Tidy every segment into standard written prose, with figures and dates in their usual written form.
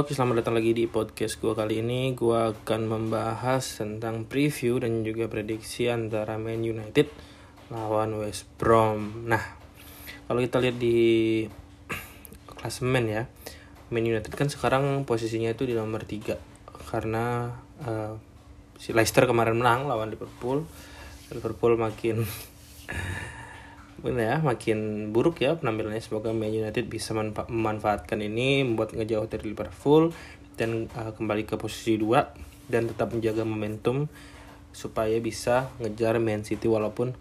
Oke, selamat datang lagi di podcast gue. Kali ini gue akan membahas tentang preview dan juga prediksi antara Man United lawan West Brom. Nah, kalau kita lihat di klasemen ya, Man United kan sekarang posisinya itu di nomor 3 karena si Leicester kemarin menang lawan Liverpool. Liverpool makin makin buruk ya penampilannya. Semoga Man United bisa memanfaatkan ini, membuat ngejauh dari Liverpool dan kembali ke posisi 2 dan tetap menjaga momentum supaya bisa ngejar Man City walaupun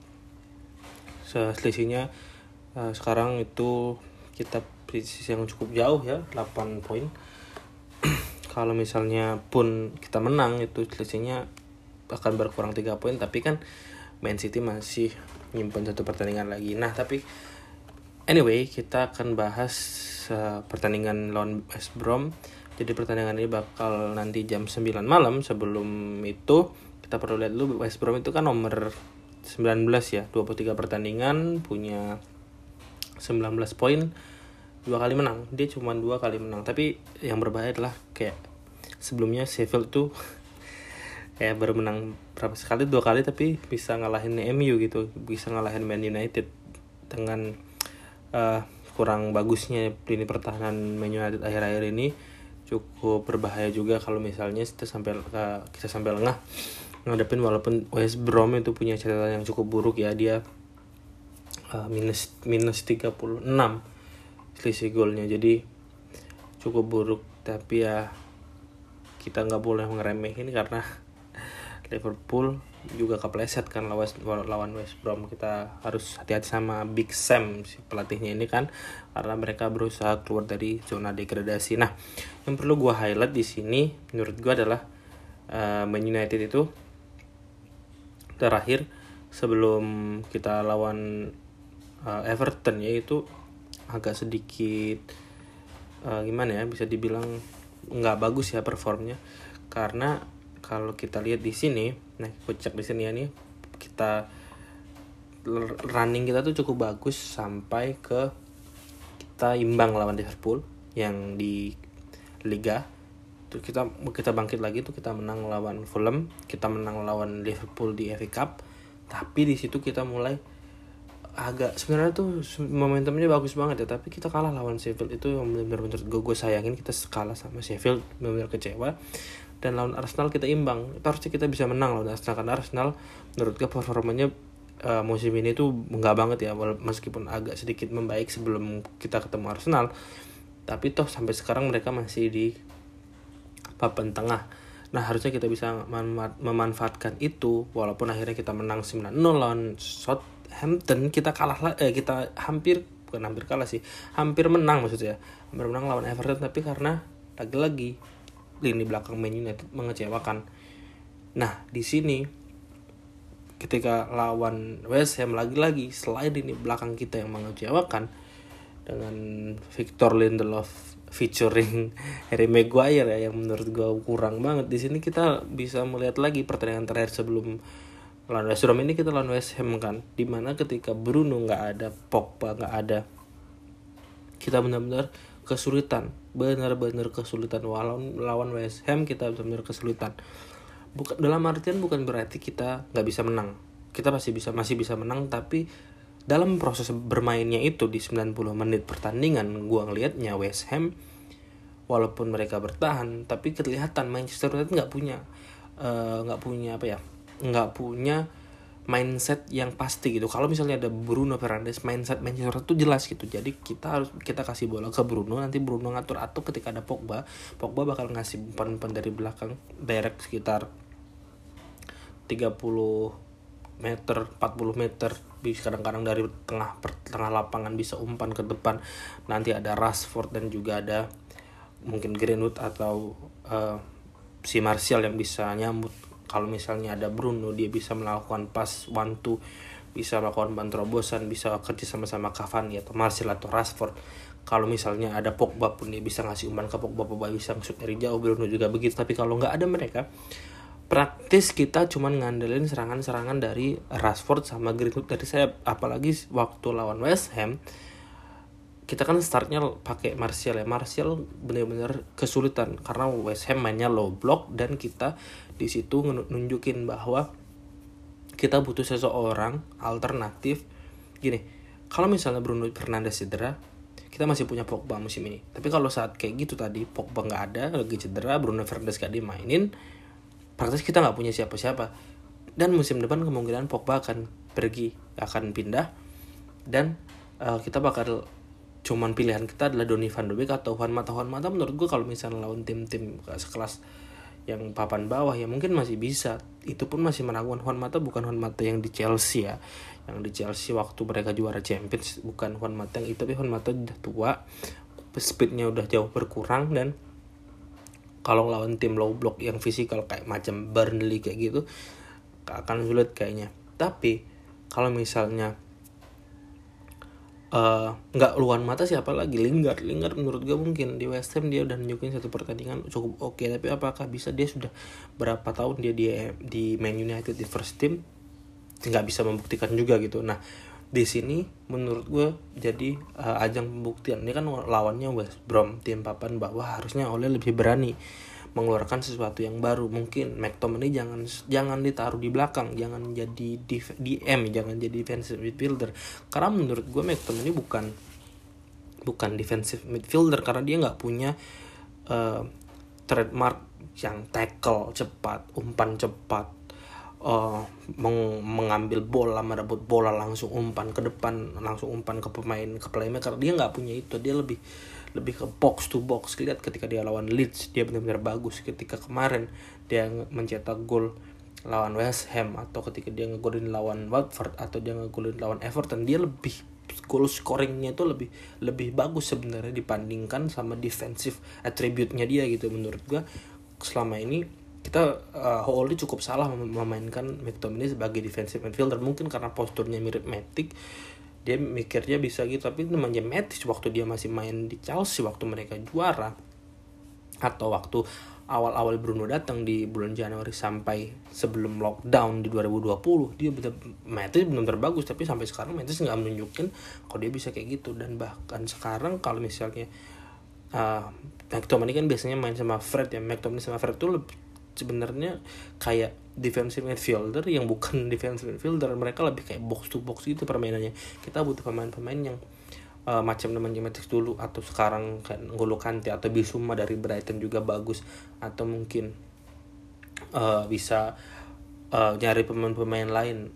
selisihnya sekarang itu kita posisi yang cukup jauh ya, 8 poin. Kalau misalnya pun kita menang itu selisihnya akan berkurang 3 poin, tapi kan Man City masih nyimpen 1 pertandingan lagi. Nah, tapi anyway, kita akan bahas pertandingan lawan West Brom. Jadi pertandingan ini bakal nanti jam 9 malam. Sebelum itu kita perlu lihat dulu West Brom itu kan nomor 19 ya, 23 pertandingan, punya 19 poin, 2 kali menang. Dia cuma 2 kali menang. Tapi yang berbahaya adalah kayak sebelumnya Sheffield tuh kayak baru menang berapa sekali, 2 kali, tapi bisa ngalahin MU gitu, bisa ngalahin Man United dengan kurang bagusnya lini pertahanan Man United akhir-akhir ini. Cukup berbahaya juga kalau misalnya kita sampai lengah ngadepin, walaupun West Brom itu punya catatan yang cukup buruk ya, dia minus 36 selisih golnya, jadi cukup buruk. Tapi ya kita nggak boleh ngeremehin karena Liverpool juga kepleset kan lawan West Brom. Kita harus hati-hati sama Big Sam, si pelatihnya ini kan, karena mereka berusaha keluar dari zona degradasi. Nah, yang perlu gue highlight di sini menurut gue adalah Man United itu terakhir sebelum kita lawan Everton, yaitu agak sedikit gimana ya, bisa dibilang nggak bagus ya performnya. Karena kalau kita lihat di sini, nah gue cek di sini ya nih, kita running kita tuh cukup bagus sampai ke kita imbang lawan Liverpool yang di Liga. Terus kita bangkit lagi tuh, kita menang lawan Fulham, kita menang lawan Liverpool di FA Cup. Tapi di situ kita mulai agak, sebenarnya tuh momentumnya bagus banget ya, tapi kita kalah lawan Sheffield. Itu yang benar-benar gue sayangin, kita kalah sama Sheffield, benar-benar kecewa. Dan lawan Arsenal kita imbang. Itu harusnya kita bisa menang lawan Arsenal, karena Arsenal menurut gue performanya musim ini tuh enggak banget ya, meskipun agak sedikit membaik sebelum kita ketemu Arsenal, tapi toh sampai sekarang mereka masih di papan tengah. Nah, harusnya kita bisa memanfaatkan itu, walaupun akhirnya kita menang 9-0 lawan Southampton. Kita hampir menang maksudnya. Hampir menang lawan Everton, tapi karena lagi-lagi lini belakang Man United mengecewakan. Nah, di sini ketika lawan West Ham lagi-lagi selain lini belakang kita yang mengecewakan dengan Victor Lindelof featuring Harry Maguire ya, yang menurut gue kurang banget. Di sini kita bisa melihat lagi pertandingan terakhir sebelum lawan West Brom ini, kita lawan West Ham kan, dimana ketika Bruno nggak ada, Pogba nggak ada, kita benar-benar kesulitan lawan West Ham. Kita benar-benar kesulitan. Dalam artian bukan berarti kita nggak bisa menang, kita masih bisa menang, tapi dalam proses bermainnya itu di 90 menit pertandingan, gua ngelihatnya West Ham walaupun mereka bertahan, tapi kelihatan Manchester United nggak punya mindset yang pasti gitu. Kalau misalnya ada Bruno Fernandes, mindset Manchester itu jelas gitu. Jadi kita kasih bola ke Bruno, nanti Bruno ngatur, atau ketika ada Pogba bakal ngasih umpan dari belakang direct sekitar 30 meter, 40 meter, bisa kadang-kadang dari tengah lapangan bisa umpan ke depan. Nanti ada Rashford dan juga ada mungkin Greenwood atau si Martial yang bisa nyambut. Kalau misalnya ada Bruno, dia bisa melakukan pas 1-2, bisa melakukan terobosan, bisa kerja sama-sama Cavani atau Martial atau Rashford. Kalau misalnya ada Pogba pun dia bisa ngasih umpan ke Pogba bisa nge-shoot dari jauh, Bruno juga begitu. Tapi kalau nggak ada mereka, praktis kita cuman ngandelin serangan-serangan dari Rashford sama Greenwood dari sayap. Apalagi waktu lawan West Ham, kita kan startnya pakai Martial ya. Martial benar-benar kesulitan karena West Ham mainnya low block, dan kita di situ nunjukin bahwa kita butuh seseorang alternatif. Gini, kalau misalnya Bruno Fernandes cedera, kita masih punya Pogba musim ini. Tapi kalau saat kayak gitu tadi, Pogba nggak ada, lagi cedera, Bruno Fernandes gak dimainin, praktis kita nggak punya siapa-siapa. Dan musim depan kemungkinan Pogba akan pergi, akan pindah, dan kita bakal cuman pilihan kita adalah Donny van de Beek atau Juan Mata. Juan Mata menurut gue kalau misalnya lawan tim-tim sekelas yang papan bawah ya mungkin masih bisa. Itu pun masih meragukan. Juan Mata bukan Juan Mata yang di Chelsea ya, yang di Chelsea waktu mereka juara Champions, bukan Juan Mata yang itu. Tapi Juan Mata udah tua, speednya udah jauh berkurang, dan kalau lawan tim low block yang fisikal kayak macam Burnley kayak gitu akan sulit kayaknya. Tapi kalau misalnya nggak luan mata siapa lagi, Lingard menurut gue mungkin di West Ham dia udah nunjukin satu pertandingan cukup oke. Tapi apakah bisa, dia sudah berapa tahun dia di Man United di first team, nggak bisa membuktikan juga gitu. Nah di sini menurut gue jadi ajang pembuktian. Ini kan lawannya West Brom, tim papan bawah, harusnya Ole lebih berani mengeluarkan sesuatu yang baru. Mungkin McTominay jangan ditaruh di belakang, jangan jadi DM, jangan jadi defensive midfielder. Karena menurut gue McTominay bukan defensive midfielder, karena dia nggak punya trademark yang tackle cepat, umpan cepat, mengambil bola, merebut bola langsung umpan ke depan, langsung umpan ke pemain, ke playmaker. Dia nggak punya itu. Dia lebih ke box to box. Lihat ketika dia lawan Leeds, dia benar-benar bagus. Ketika kemarin dia mencetak gol lawan West Ham, atau ketika dia ngegolin lawan Watford, atau dia ngegolin lawan Everton, dia lebih goal scoringnya itu lebih bagus sebenarnya dibandingkan sama defensive attribute-nya dia gitu. Menurut gua selama ini kita Ole cukup salah memainkan McTominay sebagai defensive midfielder. Mungkin karena posturnya mirip Matic, dia mikirnya bisa gitu. Tapi namanya Matic waktu dia masih main di Chelsea waktu mereka juara, atau waktu awal-awal Bruno datang di bulan Januari sampai sebelum lockdown di 2020, Matic benar-benar bagus. Tapi sampai sekarang Matic nggak menunjukkan kalau dia bisa kayak gitu. Dan bahkan sekarang kalau misalnya McTominay kan biasanya main sama Fred ya, McTominay sama Fred tuh sebenarnya kayak defensive midfielder yang bukan defensive midfielder. Mereka lebih kayak box to box gitu permainannya. Kita butuh pemain-pemain yang macam namanya Matic dulu, atau sekarang kayak N'Golo Kante atau Bissouma dari Brighton juga bagus. Atau mungkin bisa nyari pemain-pemain lain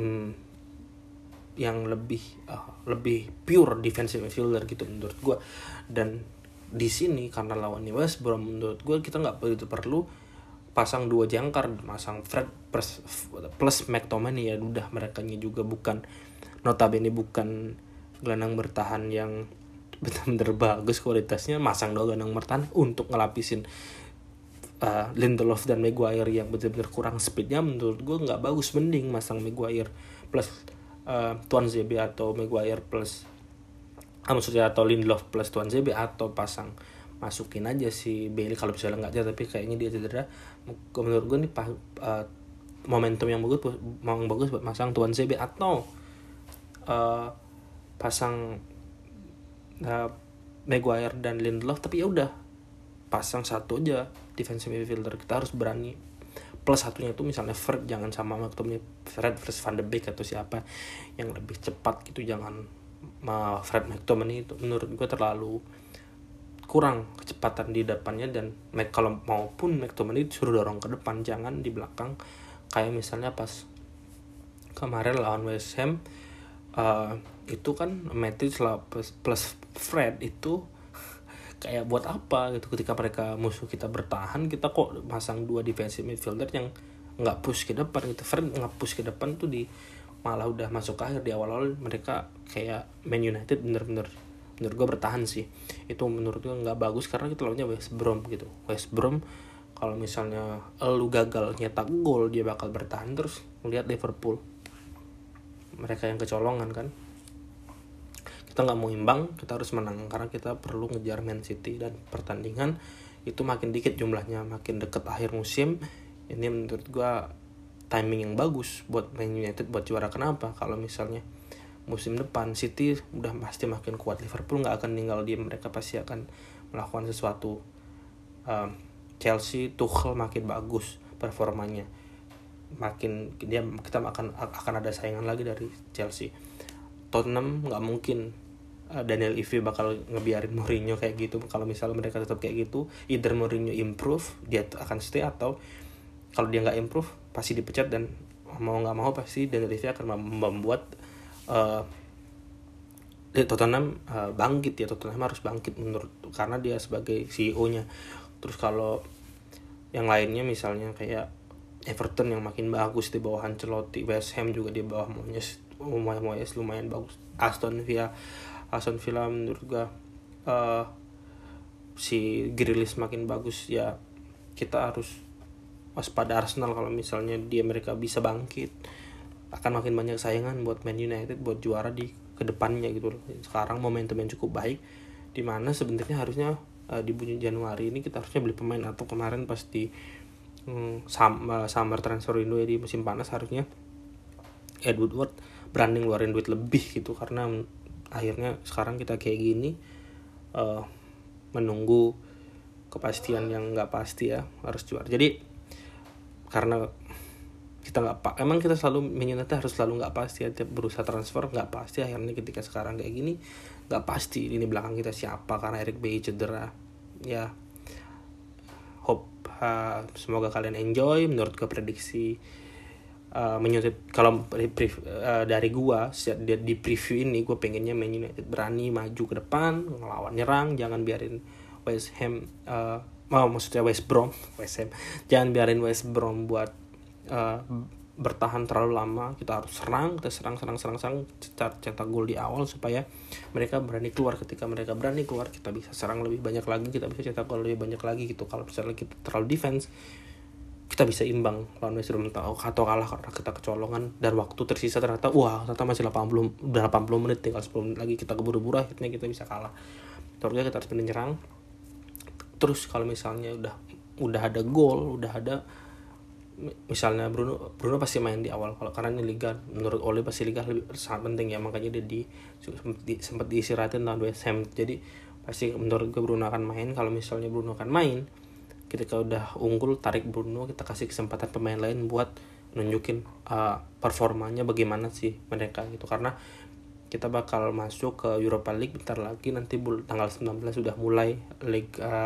yang lebih pure defensive midfielder gitu menurut gue. Dan di sini karena lawannya West Brom, menurut gue kita nggak perlu pasang dua jangkar, pasang Fred plus McTominay ya udah. Merekanya juga notabene bukan gelandang bertahan yang benar-benar bagus kualitasnya. Masang dua gelandang bertahan untuk ngelapisin Lindelof dan Maguire yang benar-benar kurang speednya, menurut gue nggak bagus. Mending masang Maguire plus Tuanzebe, atau Maguire plus maksudnya atau Lindelof plus Tuanzebe, atau masukin aja si Bailey kalau misalnya nggak cedera. Tapi kayaknya dia cedera. Menurut gue nih momentum yang bagus buat masang Tuanzebe, atau pasang Maguire dan Lindelof. Tapi ya udah pasang satu aja defensive midfielder. Kita harus berani. Plus satunya itu misalnya Fred, jangan sama McTominay, Fred versus Van de Beek atau siapa yang lebih cepat gitu. Jangan Fred McTominay, itu menurut gue terlalu kurang kecepatan di depannya. Dan kalau maupun McTominay suruh dorong ke depan, jangan di belakang. Kayak misalnya pas kemarin lawan West Ham, itu kan Matic plus Fred itu kayak buat apa gitu. Ketika musuh kita bertahan, kita kok pasang dua defensive midfielder yang nggak push ke depan gitu. Fred nge-push ke depan tuh malah udah masuk ke akhir. Di awal-awal mereka kayak Man United bener-bener menurut gue bertahan sih. Itu menurut gue nggak bagus karena kita lawannya West Brom gitu. West Brom kalau misalnya lu gagal nyetak gol, dia bakal bertahan terus. Lihat Liverpool, mereka yang kecolongan kan. Kita nggak mau imbang, kita harus menang karena kita perlu ngejar Man City. Dan pertandingan itu makin dikit jumlahnya, makin deket akhir musim. Ini menurut gue timing yang bagus buat Man United buat juara. Kenapa? Kalau misalnya musim depan City udah pasti makin kuat, Liverpool nggak akan tinggal diam, mereka pasti akan melakukan sesuatu. Chelsea, Tuchel makin bagus performanya, makin kita akan ada saingan lagi dari Chelsea. Tottenham nggak mungkin Daniel Levy bakal ngebiarin Mourinho kayak gitu. Kalau misalnya mereka tetap kayak gitu, either Mourinho improve, dia akan stay, atau kalau dia nggak improve pasti dipecat, dan mau nggak mau pasti Daniel Levy akan membuat Tottenham bangkit ya. Tottenham harus bangkit menurut, karena dia sebagai CEO-nya. Terus kalau yang lainnya misalnya kayak Everton yang makin bagus di bawah Ancelotti, West Ham juga di bawah Moyes lumayan bagus, Aston Villa menurut gua si Grealish makin bagus ya. Kita harus waspada Arsenal, kalau misalnya mereka bisa bangkit, akan makin banyak saingan buat Man United buat juara di kedepannya gitu loh. Sekarang momentum yang cukup baik, dimana sebenarnya harusnya di bulan Januari ini kita harusnya beli pemain, atau kemarin pas di summer transfer window ya, di musim panas harusnya Ed Woodward berani ngeluarin duit lebih gitu, karena akhirnya sekarang kita kayak gini menunggu kepastian yang nggak pasti ya, harus juara. Jadi karena kita emang kita selalu menyatakan harus selalu nggak pasti ya, tiap berusaha transfer nggak pasti, akhirnya ketika sekarang kayak gini nggak pasti ini belakang kita siapa, karena Eric Bailly cedera ya. Semoga kalian enjoy. Menurut gue prediksi kalau dari gua di preview ini, gue pengennya Man United berani maju ke depan, ngelawan, nyerang, jangan biarin West Ham maksudnya West Brom jangan biarin West Brom buat bertahan terlalu lama. Kita harus serang cetak gol di awal supaya mereka berani keluar. Ketika mereka berani keluar, kita bisa serang lebih banyak lagi, kita bisa cetak gol lebih banyak lagi gitu. Kalau misalnya kita terlalu defense, kita bisa imbang lawan West Brom atau kalah karena kita kecolongan dan waktu tersisa ternyata masih 80 menit, tinggal 10 menit lagi kita keburu-buru, akhirnya kita bisa kalah. Terus kita harus menyerang. Terus kalau misalnya udah ada gol, udah ada misalnya Bruno pasti main di awal, kalau karena ini liga, menurut Ole pasti liga sangat penting ya, makanya dia sempat diistirahatin lawan West Ham. Jadi pasti menurut gue Bruno akan main. Kalau misalnya Bruno akan main, ketika udah unggul tarik Bruno, kita kasih kesempatan pemain lain buat nunjukin performanya bagaimana sih mereka gitu, karena kita bakal masuk ke Europa League bentar lagi, nanti tanggal 19 sudah mulai leg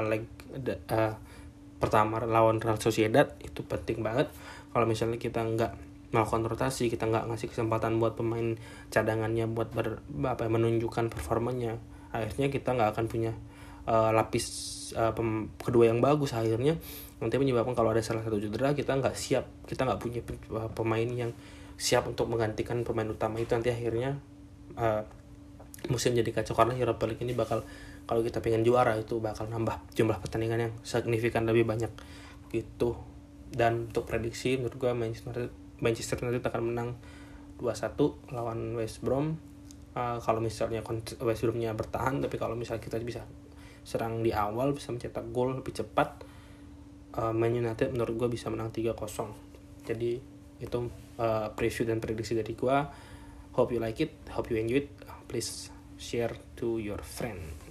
pertama lawan Real Sociedad. Itu penting banget. Kalau misalnya kita nggak melakukan rotasi, kita nggak ngasih kesempatan buat pemain cadangannya buat menunjukkan performanya, akhirnya kita nggak akan punya lapis kedua yang bagus. Akhirnya nanti menyebabkan kalau ada salah satu cedera, kita nggak siap, kita nggak punya pemain yang siap untuk menggantikan pemain utama itu. Nanti akhirnya musim jadi kacau, karena Europa League ini bakal, kalau kita pengen juara itu bakal nambah jumlah pertandingan yang signifikan lebih banyak gitu. Dan untuk prediksi, menurut gue Manchester United akan menang 2-1 lawan West Brom. Kalau misalnya West Bromnya bertahan, tapi kalau misalnya kita bisa serang di awal, bisa mencetak gol lebih cepat, Man United menurut gue bisa menang 3-0. Jadi itu preview dan prediksi dari gue. Hope you like it, hope you enjoy it. Please share to your friend.